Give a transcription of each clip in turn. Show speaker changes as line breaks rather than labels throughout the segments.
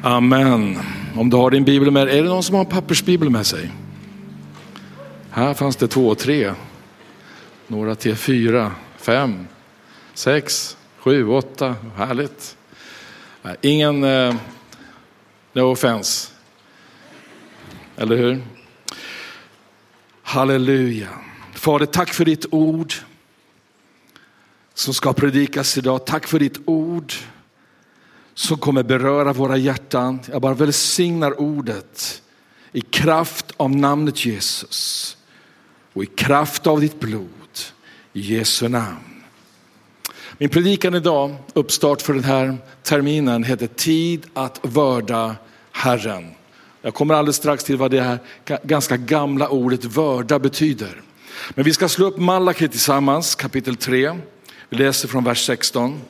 Amen. Om du har din bibel med, är det någon som har en pappersbibel med sig? Här fanns det 2 och 3. Några till 4, 5, 6, 7, 8. Härligt. Ingen no offense. Eller hur? Halleluja. Fader, tack för ditt ord som ska predikas idag. Tack för ditt ord som kommer beröra våra hjärtan. Jag bara välsignar ordet i kraft av namnet Jesus och i kraft av ditt blod. I Jesu namn. Min predikan idag, uppstart för den här terminen, heter Tid att vörda Herren. Jag kommer alldeles strax till vad det här ganska gamla ordet vörda betyder. Men vi ska slå upp Malaki tillsammans, kapitel 3. Vi läser från vers 16.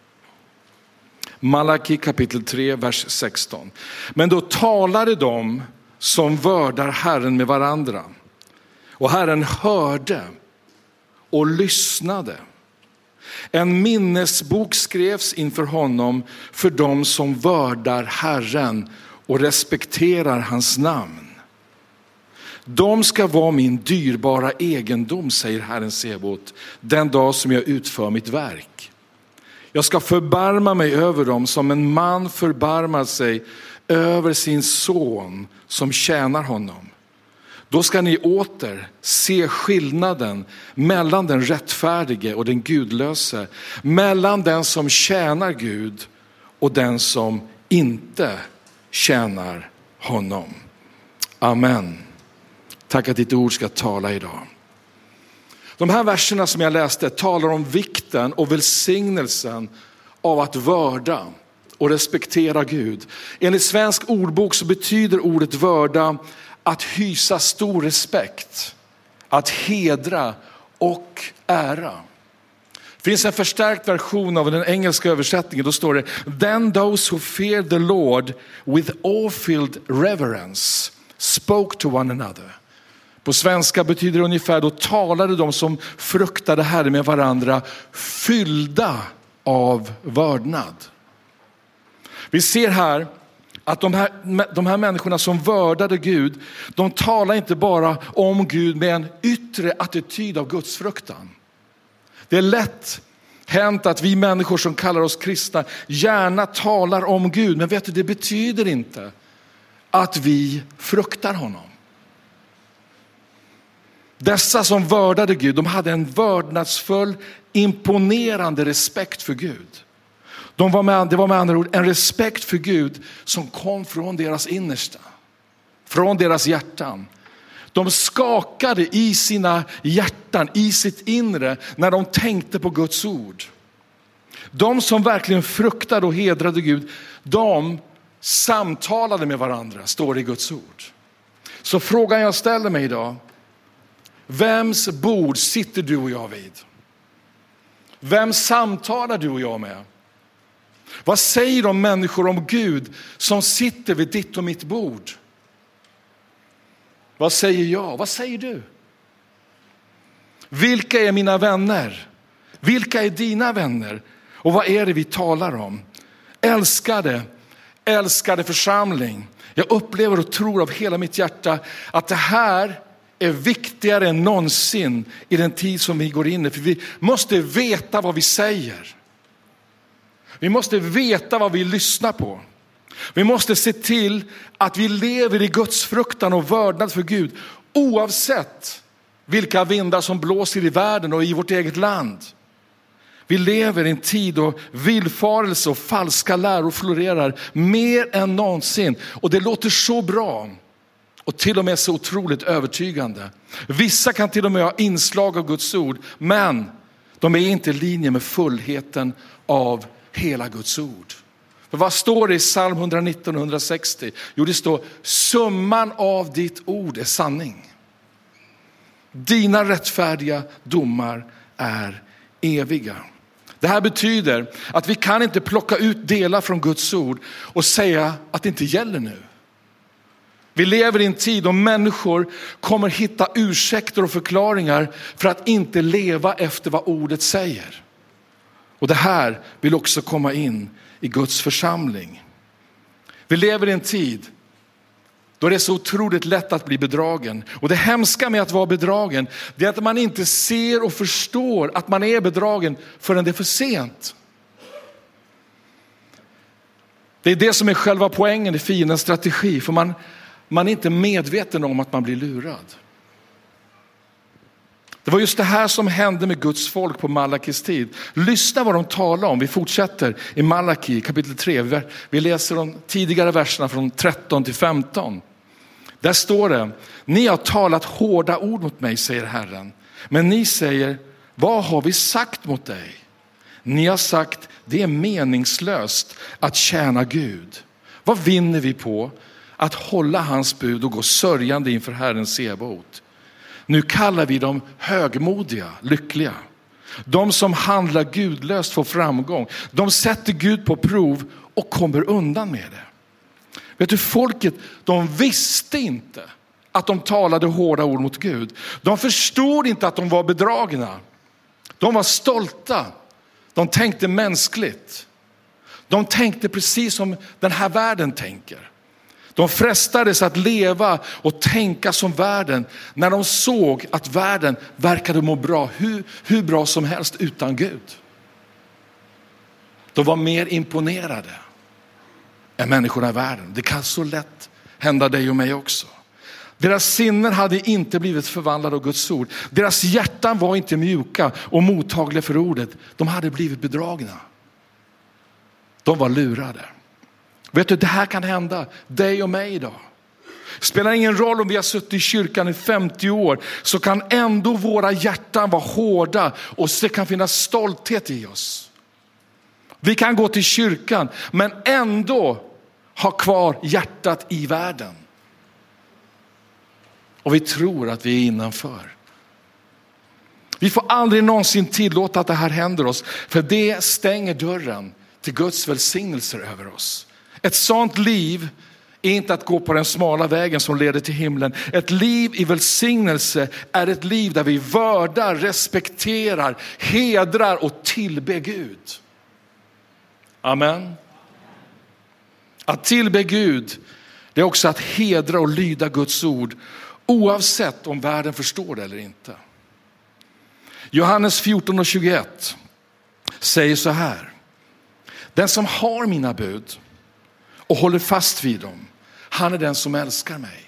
Malaki kapitel 3, vers 16. Men då talade de som vördar Herren med varandra. Och Herren hörde och lyssnade. En minnesbok skrevs inför honom för dem som vördar Herren och respekterar hans namn. De ska vara min dyrbara egendom, säger Herren Sebot, den dag som jag utför mitt verk. Jag ska förbarma mig över dem som en man förbarmar sig över sin son som tjänar honom. Då ska ni åter se skillnaden mellan den rättfärdige och den gudlöse, mellan den som tjänar Gud och den som inte tjänar honom. Amen. Tack att ditt ord ska tala idag. De här verserna som jag läste talar om vikten och välsignelsen av att vörda och respektera Gud. Enligt svensk ordbok så betyder ordet vörda att hysa stor respekt, att hedra och ära. Det finns en förstärkt version av den engelska översättningen. Då står det: Then those who feared the Lord with awe-filled reverence spoke to one another. På svenska betyder det ungefär: då talade de som fruktade Herren med varandra, fyllda av vördnad. Vi ser här att de här människorna som vördade Gud, de talar inte bara om Gud med en yttre attityd av Guds fruktan. Det är lätt hänt att vi människor som kallar oss kristna gärna talar om Gud, men vet du, det betyder inte att vi fruktar honom. Dessa som vördade Gud, de hade en vördnadsfull, imponerande respekt för Gud. Det var med andra ord en respekt för Gud som kom från deras innersta, från deras hjärtan. De skakade i sina hjärtan, i sitt inre, när de tänkte på Guds ord. De som verkligen fruktade och hedrade Gud, de samtalade med varandra, står det i Guds ord. Så frågan jag ställer mig idag: vems bord sitter du och jag vid? Vem samtalar du och jag med? Vad säger de människor om Gud som sitter vid ditt och mitt bord? Vad säger jag? Vad säger du? Vilka är mina vänner? Vilka är dina vänner? Och vad är det vi talar om? Älskade församling. Jag upplever och tror av hela mitt hjärta att det här är viktigare än någonsin i den tid som vi går in i. För vi måste veta vad vi säger. Vi måste veta vad vi lyssnar på. Vi måste se till att vi lever i Guds fruktan och vördnad för Gud, oavsett vilka vindar som blåser i världen och i vårt eget land. Vi lever i en tid då villfarelse och falska läror florerar mer än någonsin. Och det låter så bra och till och med så otroligt övertygande. Vissa kan till och med ha inslag av Guds ord, men de är inte i linje med fullheten av hela Guds ord. För vad står det i psalm 119 och 160? Jo, det står: summan av ditt ord är sanning. Dina rättfärdiga domar är eviga. Det här betyder att vi kan inte plocka ut delar från Guds ord och säga att det inte gäller nu. Vi lever i en tid då människor kommer hitta ursäkter och förklaringar för att inte leva efter vad ordet säger. Och det här vill också komma in i Guds församling. Vi lever i en tid då det är så otroligt lätt att bli bedragen. Och det hemska med att vara bedragen, det är att man inte ser och förstår att man är bedragen förrän det är för sent. Det är det som är själva poängen i fiendens strategi. För man är inte medveten om att man blir lurad. Det var just det här som hände med Guds folk på Malakis tid. Lyssna vad de talar om. Vi fortsätter i Malaki kapitel 3. Vi läser de tidigare verserna från 13 till 15. Där står det: ni har talat hårda ord mot mig, säger Herren. Men ni säger, vad har vi sagt mot dig? Ni har sagt, det är meningslöst att tjäna Gud. Vad vinner vi på att hålla hans bud och gå sörjande inför Herren Sebaot? Nu kallar vi dem högmodiga, lyckliga. De som handlar gudlöst får framgång. De sätter Gud på prov och kommer undan med det. Vet du, folket, de visste inte att de talade hårda ord mot Gud. De förstod inte att de var bedragna. De var stolta. De tänkte mänskligt. De tänkte precis som den här världen tänker. De frestades att leva och tänka som världen när de såg att världen verkade må bra, hur bra som helst utan Gud. De var mer imponerade än människorna i världen. Det kan så lätt hända dig och mig också. Deras sinnen hade inte blivit förvandlade av Guds ord. Deras hjärtan var inte mjuka och mottagliga för ordet. De hade blivit bedragna. De var lurade. Vet du, det här kan hända dig och mig idag. Spelar ingen roll om vi har suttit i kyrkan i 50 år, så kan ändå våra hjärtan vara hårda och det kan finnas stolthet i oss. Vi kan gå till kyrkan men ändå ha kvar hjärtat i världen. Och vi tror att vi är innanför. Vi får aldrig någonsin tillåta att det här händer oss, för det stänger dörren till Guds välsignelser över oss. Ett sånt liv är inte att gå på den smala vägen som leder till himlen. Ett liv i välsignelse är ett liv där vi värdar, respekterar, hedrar och tillber Gud. Amen. Att tillbe Gud, det är också att hedra och lyda Guds ord, oavsett om världen förstår det eller inte. Johannes 14:21 säger så här: den som har mina bud och håller fast vid dem, han är den som älskar mig.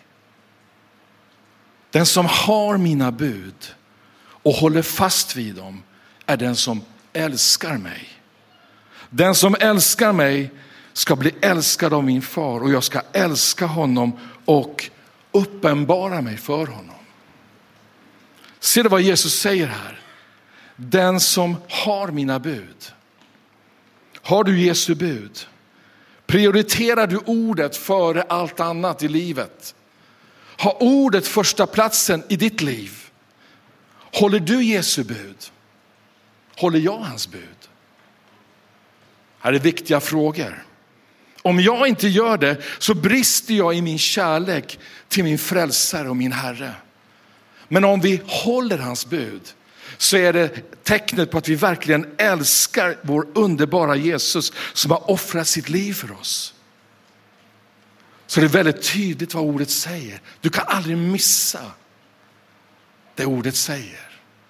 Den som har mina bud och håller fast vid dem är den som älskar mig. Den som älskar mig ska bli älskad av min far, och jag ska älska honom och uppenbara mig för honom. Ser du vad Jesus säger här? Den som har mina bud. Har du Jesu bud? Prioriterar du ordet före allt annat i livet? Har ordet första platsen i ditt liv? Håller du Jesu bud? Håller jag hans bud? Här är viktiga frågor. Om jag inte gör det, så brister jag i min kärlek till min frälsare och min Herre. Men om vi håller hans bud, så är det tecknet på att vi verkligen älskar vår underbara Jesus som har offrat sitt liv för oss. Så det är väldigt tydligt vad ordet säger. Du kan aldrig missa det ordet säger.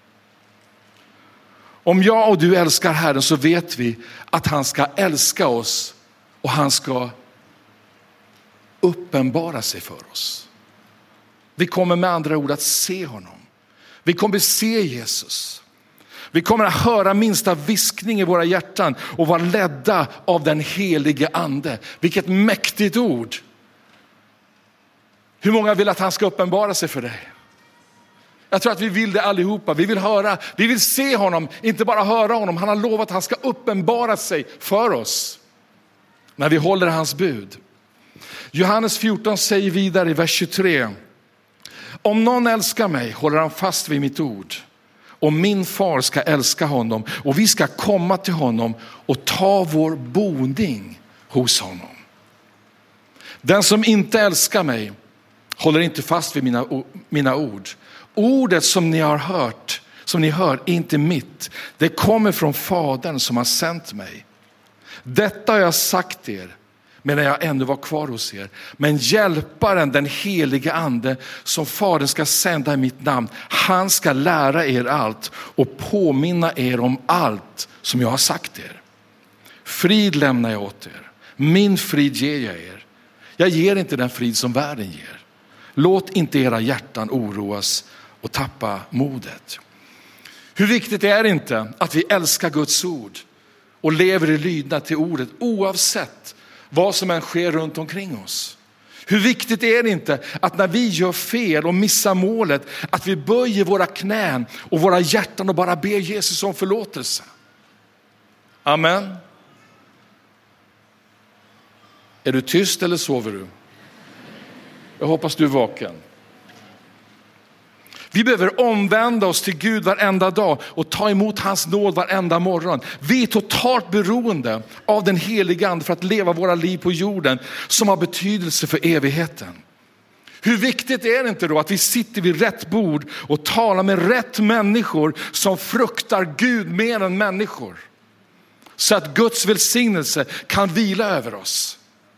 Om jag och du älskar Herren, så vet vi att han ska älska oss och han ska uppenbara sig för oss. Vi kommer med andra ord att se honom. Vi kommer se Jesus. Vi kommer att höra minsta viskning i våra hjärtan och vara ledda av den helige ande. Vilket mäktigt ord. Hur många vill att han ska uppenbara sig för dig? Jag tror att vi vill det allihopa. Vi vill höra, vi vill se honom, inte bara höra honom. Han har lovat att han ska uppenbara sig för oss när vi håller hans bud. Johannes 14 säger vidare i vers 23. Om någon älskar mig håller han fast vid mitt ord. Och min far ska älska honom. Och vi ska komma till honom och ta vår boning hos honom. Den som inte älskar mig håller inte fast vid mina ord. Ordet som ni har hört, som ni hör, är inte mitt. Det kommer från Fadern som har sänt mig. Detta har jag sagt er medan jag ännu var kvar hos er. Men hjälparen, den helige ande, som Fadern ska sända i mitt namn, han ska lära er allt och påminna er om allt som jag har sagt er. Frid lämnar jag åt er. Min frid ger jag er. Jag ger inte den frid som världen ger. Låt inte era hjärtan oroas och tappa modet. Hur viktigt är det inte att vi älskar Guds ord och lever i lydnad till ordet oavsett vad som än sker runt omkring oss? Hur viktigt är det inte att när vi gör fel och missar målet, att vi böjer våra knän och våra hjärtan och bara ber Jesus om förlåtelse? Amen. Är du tyst eller sover du? Jag hoppas du är vaken. Vi behöver omvända oss till Gud varenda dag och ta emot hans nåd varenda morgon. Vi är totalt beroende av den heliga ande för att leva våra liv på jorden som har betydelse för evigheten. Hur viktigt är det inte då att vi sitter vid rätt bord och talar med rätt människor som fruktar Gud mer än människor? Så att Guds välsignelse kan vila över oss.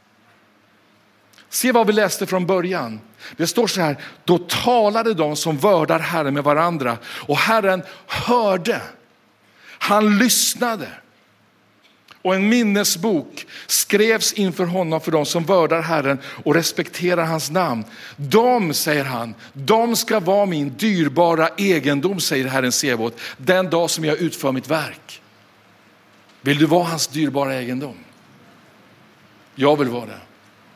Se vad vi läste från början. Det står så här: då talade de som vördar Herren med varandra, och Herren hörde. Han lyssnade. Och en minnesbok skrevs inför honom för de som vördar Herren och respekterar hans namn. De, säger han, de ska vara min dyrbara egendom, säger Herren Sebaot, den dag som jag utför mitt verk. Vill du vara hans dyrbara egendom? Jag vill vara det.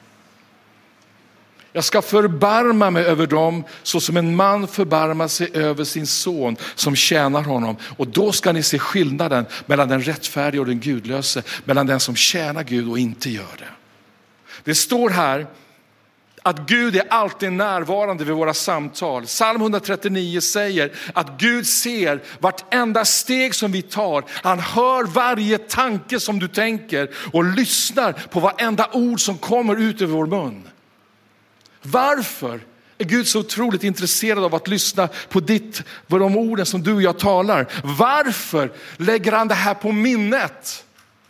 Jag ska förbarma mig över dem så som en man förbarmar sig över sin son som tjänar honom. Och då ska ni se skillnaden mellan den rättfärdiga och den gudlöse, mellan den som tjänar Gud och inte gör det. Det står här att Gud är alltid närvarande vid våra samtal. Psalm 139 säger att Gud ser vartenda steg som vi tar. Han hör varje tanke som du tänker och lyssnar på varenda ord som kommer ut över vår mun. Varför är Gud så otroligt intresserad av att lyssna på de orden som du och jag talar? Varför lägger han det här på minnet?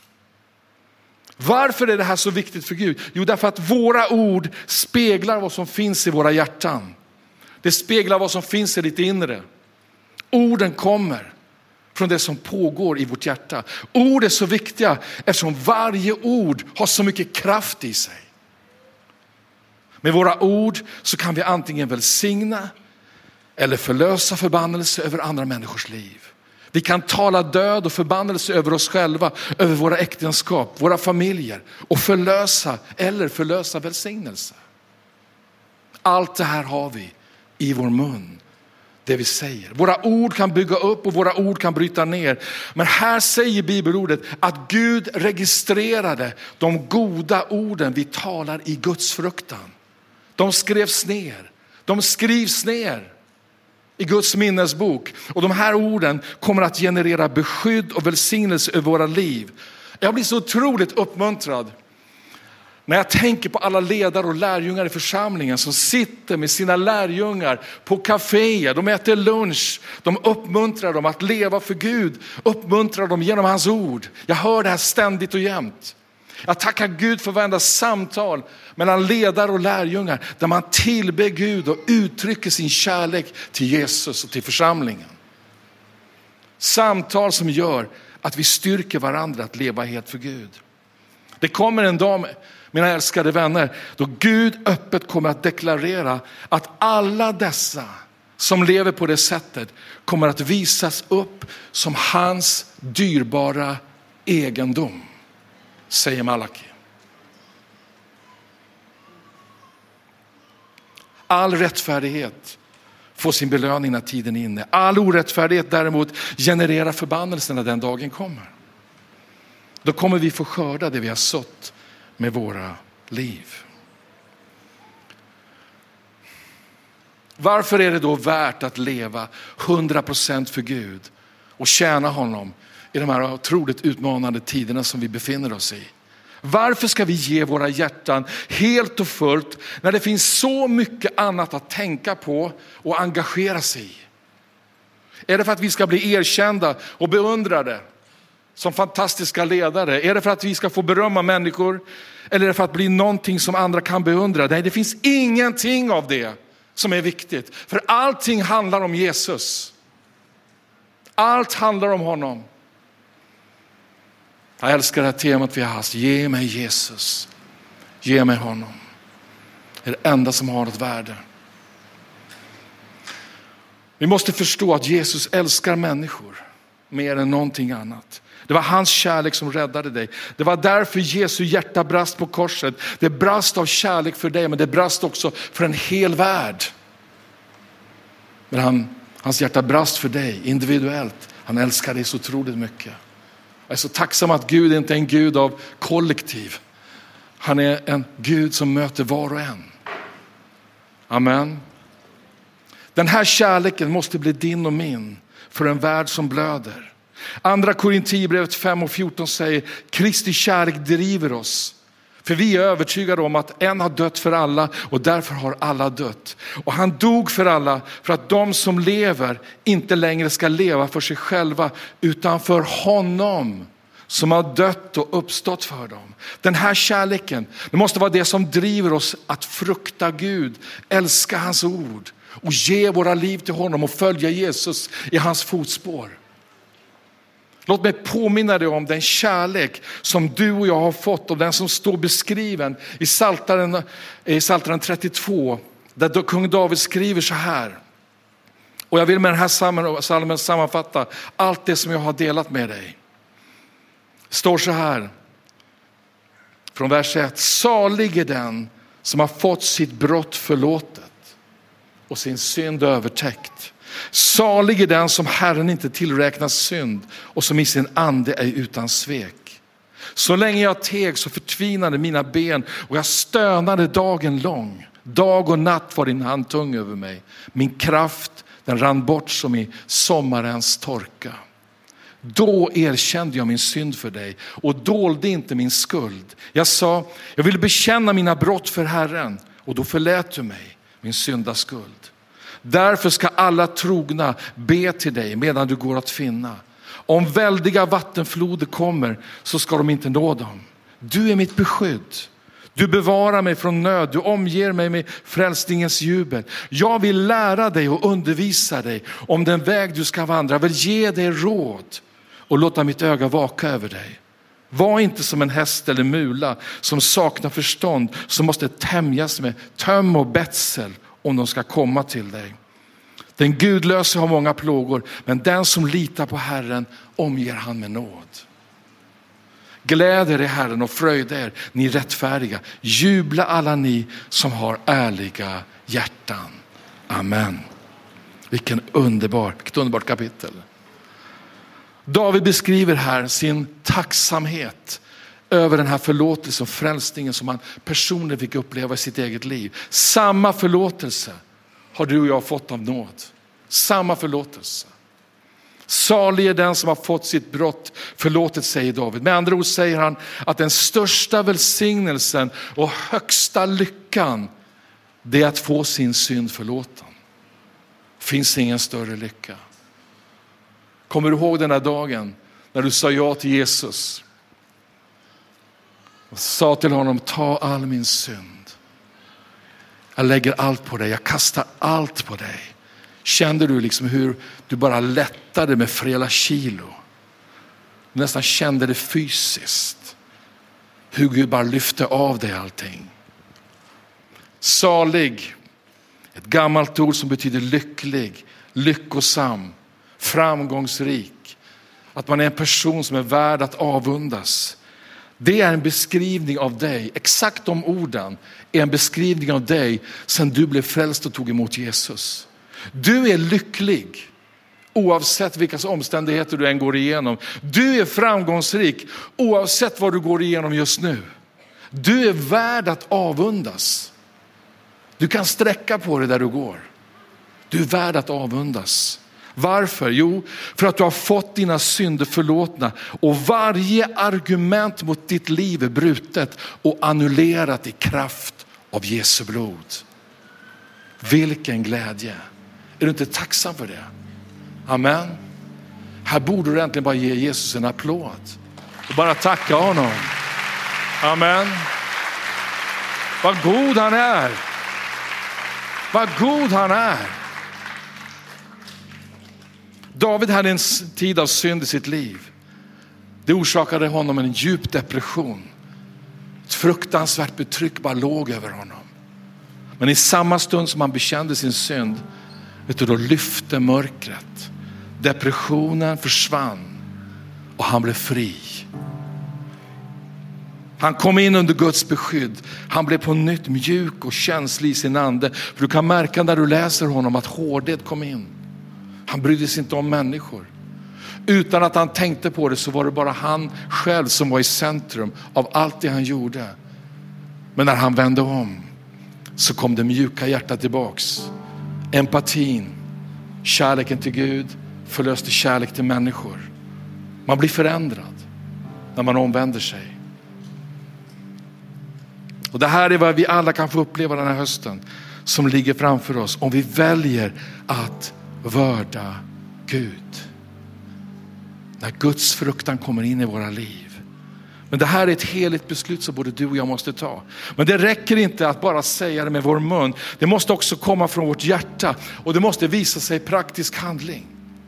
Varför är det här så viktigt för Gud? Jo, därför att våra ord speglar vad som finns i våra hjärtan. Det speglar vad som finns i ditt inre. Orden kommer från det som pågår i vårt hjärta. Ord är så viktiga eftersom varje ord har så mycket kraft i sig. Med våra ord så kan vi antingen välsigna eller förlösa förbannelse över andra människors liv. Vi kan tala död och förbannelse över oss själva, över våra äktenskap, våra familjer, och förlösa välsignelse. Allt det här har vi i vår mun, det vi säger. Våra ord kan bygga upp och våra ord kan bryta ner. Men här säger bibelordet att Gud registrerade de goda orden vi talar i Guds fruktan. De skrevs ner. De skrivs ner i Guds minnesbok. Och de här orden kommer att generera beskydd och välsignelse över våra liv. Jag blir så otroligt uppmuntrad när jag tänker på alla ledare och lärjungar i församlingen som sitter med sina lärjungar på kaféer. De äter lunch. De uppmuntrar dem att leva för Gud. Uppmuntrar dem genom hans ord. Jag hör det här ständigt och jämt. Jag tackar Gud för varenda samtal mellan ledare och lärjungar där man tillber Gud och uttrycker sin kärlek till Jesus och till församlingen. Samtal som gör att vi styrker varandra att leva helt för Gud. Det kommer en dag, mina älskade vänner, då Gud öppet kommer att deklarera att alla dessa som lever på det sättet kommer att visas upp som hans dyrbara egendom, säger Malaki. All rättfärdighet får sin belöning när tiden är inne. All orättfärdighet däremot genererar förbannelsen när den dagen kommer. Då kommer vi få skörda det vi har sått med våra liv. Varför är det då värt att leva 100% för Gud och tjäna honom i de här otroligt utmanande tiderna som vi befinner oss i? Varför ska vi ge våra hjärtan helt och fullt när det finns så mycket annat att tänka på och engagera sig i? Är det för att vi ska bli erkända och beundrade? som fantastiska ledare? Är det för att vi ska få berömma människor? Eller är det för att bli någonting som andra kan beundra? Nej, det finns ingenting av det som är viktigt. För allting handlar om Jesus. Allt handlar om honom. Jag älskar det här temat vi har haft. Ge mig Jesus. Ge mig honom. Det är det enda som har ett värde. Vi måste förstå att Jesus älskar människor mer än någonting annat. Det var hans kärlek som räddade dig. Det var därför Jesu hjärta brast på korset. Det brast av kärlek för dig, men det brast också för en hel värld. Men hans hjärta brast för dig individuellt. Han älskar dig så otroligt mycket. Jag är så tacksam att Gud inte är en Gud av kollektiv. Han är en Gud som möter var och en. Amen. Den här kärleken måste bli din och min för en värld som blöder. Andra Korinthierbrevet 5:14 säger: Kristi kärlek driver oss. För vi är övertygade om att en har dött för alla och därför har alla dött. Och han dog för alla för att de som lever inte längre ska leva för sig själva utan för honom som har dött och uppstått för dem. Den här kärleken, det måste vara det som driver oss att frukta Gud, älska hans ord och ge våra liv till honom och följa Jesus i hans fotspår. Låt mig påminna dig om den kärlek som du och jag har fått och den som står beskriven i Psaltaren 32, där då kung David skriver så här. Och jag vill med den här psalmen sammanfatta allt det som jag har delat med dig. Det står så här från vers 1: Salig är den som har fått sitt brott förlåtet och sin synd övertäckt. Salig är den som Herren inte tillräknar synd och som i sin ande är utan svek. Så länge jag teg så förtvinade mina ben och jag stönade dagen lång. Dag och natt var din hand tung över mig. Min kraft, den rann bort som i sommarens torka. Då erkände jag min synd för dig och dolde inte min skuld. Jag sa, jag ville bekänna mina brott för Herren och då förlät du mig min syndaskuld. Därför ska alla trogna be till dig medan du går att finna. Om väldiga vattenfloder kommer så ska de inte nå dem. Du är mitt beskydd. Du bevarar mig från nöd. Du omger mig med frälsningens jubel. Jag vill lära dig och undervisa dig om den väg du ska vandra. Jag vill ge dig råd och låta mitt öga vaka över dig. Var inte som en häst eller mula som saknar förstånd, som måste tämjas med töm och betsel om de ska komma till dig. Den gudlöse har många plågor, men den som litar på Herren omger han med nåd. Gläd er i Herren och fröjda er, ni rättfärdiga. Jubla alla ni som har ärliga hjärtan. Amen. Vilket underbart kapitel. David beskriver här sin tacksamhet över den här förlåtelsen och frälsningen som han personligen fick uppleva i sitt eget liv. Samma förlåtelse har du och jag fått av nåd. Samma förlåtelse. Salig är den som har fått sitt brott förlåtet, säger David. Med andra ord säger han att den största välsignelsen och högsta lyckan, det är att få sin synd förlåten. Finns ingen större lycka. Kommer du ihåg den där dagen när du sa ja till Jesus? Och sa till honom, ta all min synd. Jag lägger allt på dig, jag kastar allt på dig. Kände du liksom hur du bara lättade med flera kilo? Du nästan kände det fysiskt. Hur Gud bara lyfte av dig allting. Salig, ett gammalt ord som betyder lycklig, lyckosam, framgångsrik. Att man är en person som är värd att avundas. Det är en beskrivning av dig. Exakt de orden är en beskrivning av dig sen du blev frälst och tog emot Jesus. Du är lycklig oavsett vilka omständigheter du än går igenom. Du är framgångsrik oavsett vad du går igenom just nu. Du är värd att avundas. Du kan sträcka på dig där du går. Du är värd att avundas. Varför? Jo, för att du har fått dina synder förlåtna och varje argument mot ditt liv är brutet och annullerat i kraft av Jesu blod. Vilken glädje. Är du inte tacksam för det? Amen. Här borde du äntligen bara ge Jesus en applåd. Och bara tacka honom. Amen. Vad god han är. Vad god han är. David hade en tid av synd i sitt liv. Det orsakade honom en djup depression. Ett fruktansvärt betryck bara låg över honom. Men i samma stund som han bekände sin synd, då lyfte mörkret. Depressionen försvann och han blev fri. Han kom in under Guds beskydd. Han blev på nytt mjuk och känslig i sin ande. För du kan märka när du läser honom att hårdhet kom in. Han brydde sig inte om människor. Utan att han tänkte på det så var det bara han själv som var i centrum av allt det han gjorde. Men när han vände om så kom det mjuka hjärtat tillbaks. Empatin, kärleken till Gud förlöste kärlek till människor. Man blir förändrad när man omvänder sig. Och det här är vad vi alla kan få uppleva den här hösten som ligger framför oss. Om vi väljer att vörda Gud. När Guds fruktan kommer in i våra liv. Men det här är ett heligt beslut som både du och jag måste ta. Men det räcker inte att bara säga det med vår mun. Det måste också komma från vårt hjärta. Och det måste visa sig i praktisk handling.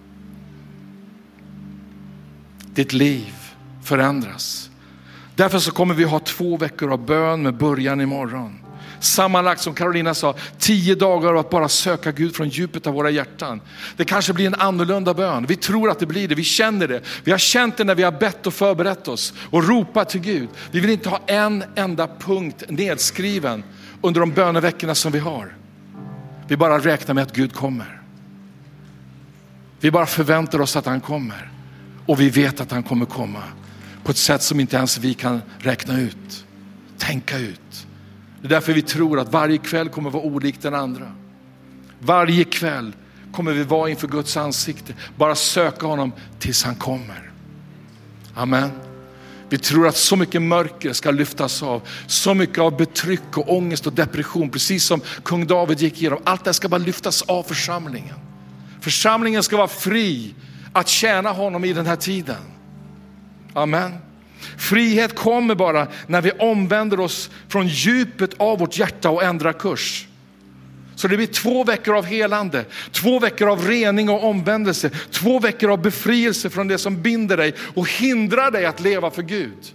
Ditt liv förändras. Därför så kommer vi ha 2 veckor av bön med början imorgon. Sammanlagt som Carolina sa, 10 dagar av att bara söka Gud från djupet av våra hjärtan. Det kanske blir en annorlunda bön. Vi tror att det blir det, vi känner det. Vi har känt det när vi har bett och förberett oss och ropat till Gud. Vi vill inte ha en enda punkt nedskriven under de böneveckorna som vi har. Vi bara räknar med att Gud kommer. Vi bara förväntar oss att han kommer. Och vi vet att han kommer komma. På ett sätt som inte ens vi kan räkna ut. Tänka ut. Det är därför vi tror att varje kväll kommer vara olik den andra. Varje kväll kommer vi vara inför Guds ansikte. Bara söka honom tills han kommer. Amen. Vi tror att så mycket mörker ska lyftas av. Så mycket av betryck och ångest och depression. Precis som kung David gick igenom. Allt det ska bara lyftas av församlingen. Församlingen ska vara fri att tjäna honom i den här tiden. Amen. Frihet kommer bara när vi omvänder oss från djupet av vårt hjärta och ändrar kurs. Så det blir 2 veckor av helande, 2 veckor av rening och omvändelse, 2 veckor av befrielse från det som binder dig och hindrar dig att leva för Gud.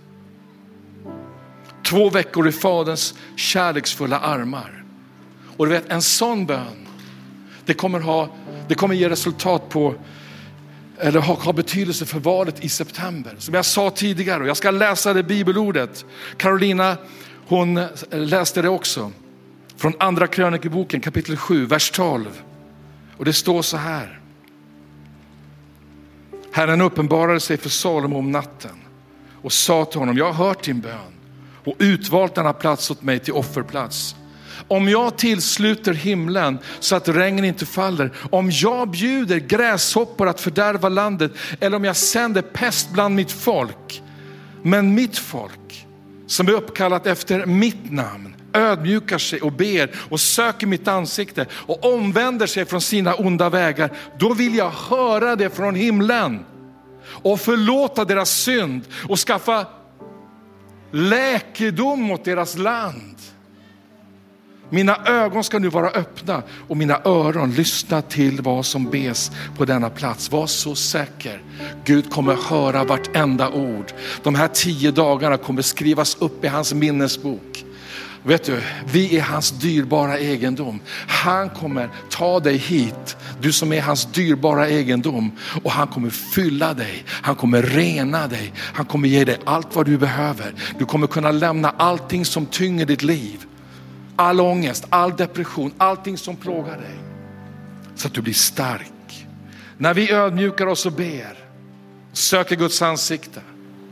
2 veckor i Faderns kärleksfulla armar. Och du vet, en sån bön, det kommer ge resultat på, eller ha betydelse för valet i september. Som jag sa tidigare, och jag ska läsa det bibelordet. Carolina, hon läste det också. Från andra krönikeboken kapitel 7, vers 12. Och det står så här. Herren uppenbarade sig för Salomo om natten och sa till honom: jag har hört din bön och utvalt denna plats åt mig till offerplats. Om jag tillsluter himlen så att regn inte faller, om jag bjuder gräshoppor att fördärva landet, eller om jag sänder pest bland mitt folk, men mitt folk som är uppkallat efter mitt namn ödmjukar sig och ber och söker mitt ansikte och omvänder sig från sina onda vägar, då vill jag höra det från himlen och förlåta deras synd och skaffa läkedom åt deras land. Mina ögon ska nu vara öppna och mina öron lyssna till vad som bes på denna plats. Var så säker. Gud kommer höra vartenda ord. De här 10 dagarna kommer skrivas upp i hans minnesbok. Vet du, vi är hans dyrbara egendom. Han kommer ta dig hit, du som är hans dyrbara egendom. Och han kommer fylla dig, han kommer rena dig. Han kommer ge dig allt vad du behöver. Du kommer kunna lämna allting som tynger ditt liv. All ångest, all depression, allting som plågar dig. Så att du blir stark. När vi ödmjukar oss och ber, söker Guds ansikte,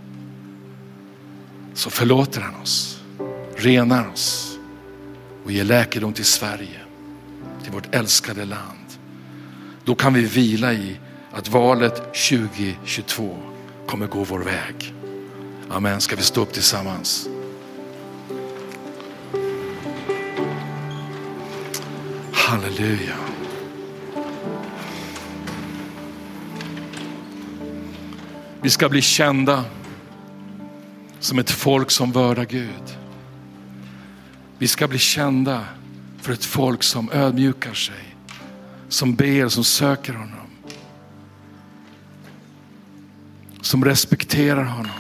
så förlåter han oss, renar oss och ger läkedom till Sverige, till vårt älskade land. Då kan vi vila i att valet 2022 kommer gå vår väg. Amen. Ska vi stå upp tillsammans? Halleluja. Vi ska bli kända som ett folk som vördar Gud. Vi ska bli kända för ett folk som ödmjukar sig, som ber, som söker honom, som respekterar honom.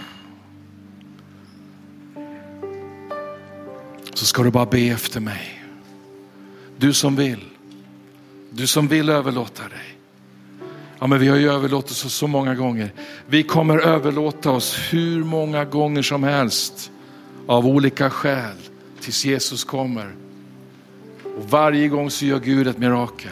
Så ska du bara be efter mig. Du som vill överlåta dig. Ja, men vi har ju överlåtit oss så många gånger. Vi kommer överlåta oss hur många gånger som helst av olika skäl tills Jesus kommer. Och varje gång så gör Gud ett mirakel.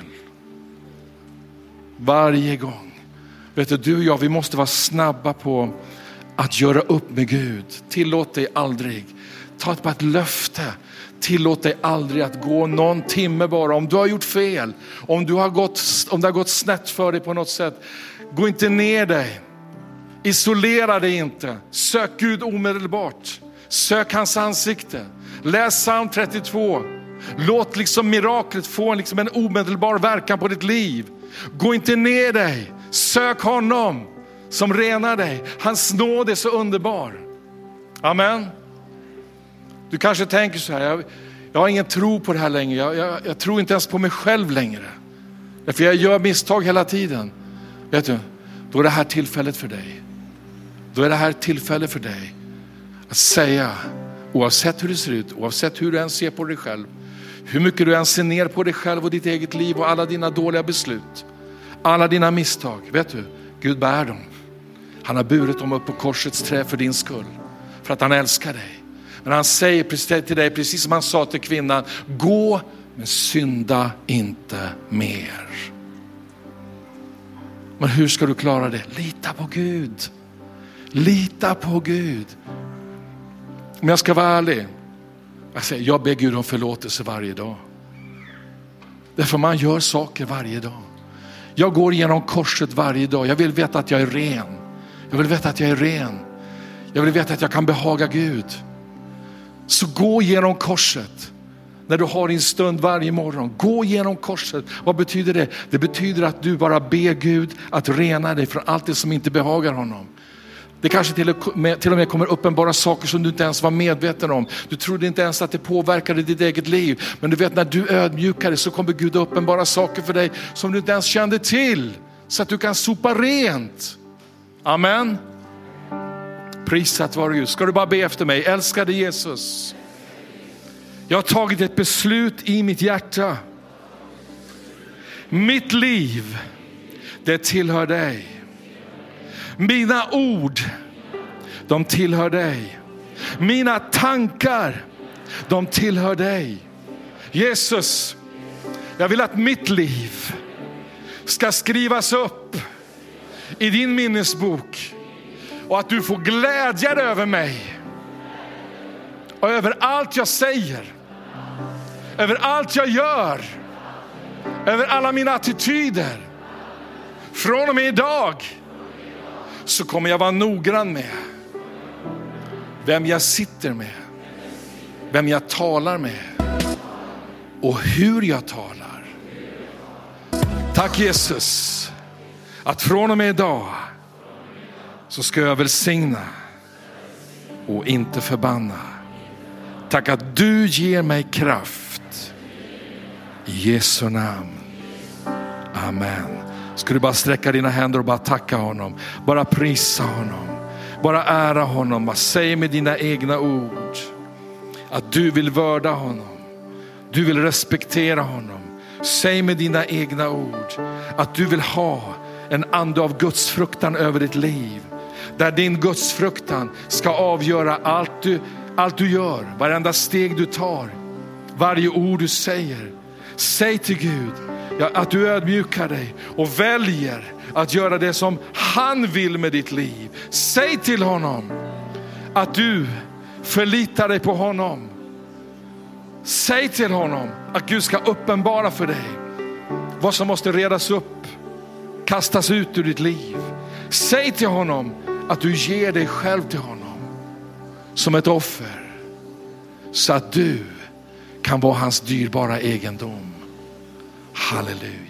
Varje gång. Vet du och jag, vi måste vara snabba på att göra upp med Gud. Tillåt dig aldrig. Ta ett löfte. Tillåt dig aldrig att gå någon timme bara. Om du har gjort fel. Om det har gått snett för dig på något sätt. Gå inte ner dig. Isolera dig inte. Sök Gud omedelbart. Sök hans ansikte. Läs psalm 32. Låt liksom miraklet få en omedelbar verkan på ditt liv. Gå inte ner dig. Sök honom som renar dig. Hans nåd är så underbar. Amen. Du kanske tänker så här, jag har ingen tro på det här längre. Jag tror inte ens på mig själv längre. För jag gör misstag hela tiden. Vet du, då är det här tillfället för dig. Då är det här tillfället för dig att säga, oavsett hur det ser ut, oavsett hur du än ser på dig själv, hur mycket du än ser ner på dig själv och ditt eget liv och alla dina dåliga beslut, alla dina misstag, vet du, Gud bär dem. Han har burit dem upp på korsets trä för din skull, för att han älskar dig. Men han säger till dig, precis som han sa till kvinnan, gå men synda inte mer. Men hur ska du klara det? Lita på Gud. Lita på Gud. Om jag ska vara ärlig, jag ber Gud om förlåtelse varje dag. Därför man gör saker varje dag. Jag går igenom korset varje dag. Jag vill veta att jag är ren. Jag vill veta att jag är ren. Jag vill veta att jag kan behaga Gud. Så gå genom korset. När du har din stund varje morgon. Gå genom korset. Vad betyder det? Det betyder att du bara ber Gud att rena dig från allt det som inte behagar honom. Det kanske till och med kommer uppenbara saker som du inte ens var medveten om. Du trodde inte ens att det påverkade ditt eget liv. Men du vet, när du ödmjukar dig så kommer Gud uppenbara saker för dig som du inte ens kände till. Så att du kan sopa rent. Amen. Prisat vare Gud. Ska du bara be efter mig? Älskade Jesus. Jag har tagit ett beslut i mitt hjärta. Mitt liv, det tillhör dig. Mina ord, de tillhör dig. Mina tankar, de tillhör dig. Jesus, jag vill att mitt liv ska skrivas upp i din minnesbok. Och att du får glädja dig över mig. Och över allt jag säger. Över allt jag gör. Över alla mina attityder. Från och med idag så kommer jag vara noggrann med vem jag sitter med. Vem jag talar med. Och hur jag talar. Tack Jesus. Att från och med idag så ska jag välsigna och inte förbanna. Tack att du ger mig kraft. I Jesu namn. Amen. Ska du bara sträcka dina händer och bara tacka honom. Bara prisa honom. Bara ära honom. Bara säg med dina egna ord att du vill vörda honom. Du vill respektera honom. Säg med dina egna ord att du vill ha en ande av Guds fruktan över ditt liv. Där din Guds fruktan ska avgöra allt du gör. Varenda steg du tar. Varje ord du säger. Säg till Gud att du ödmjukar dig och väljer att göra det som han vill med ditt liv. Säg till honom att du förlitar dig på honom. Säg till honom att Gud ska uppenbara för dig vad som måste redas upp, kastas ut ur ditt liv. Säg till honom att du ger dig själv till honom som ett offer, så att du kan vara hans dyrbara egendom. Halleluja.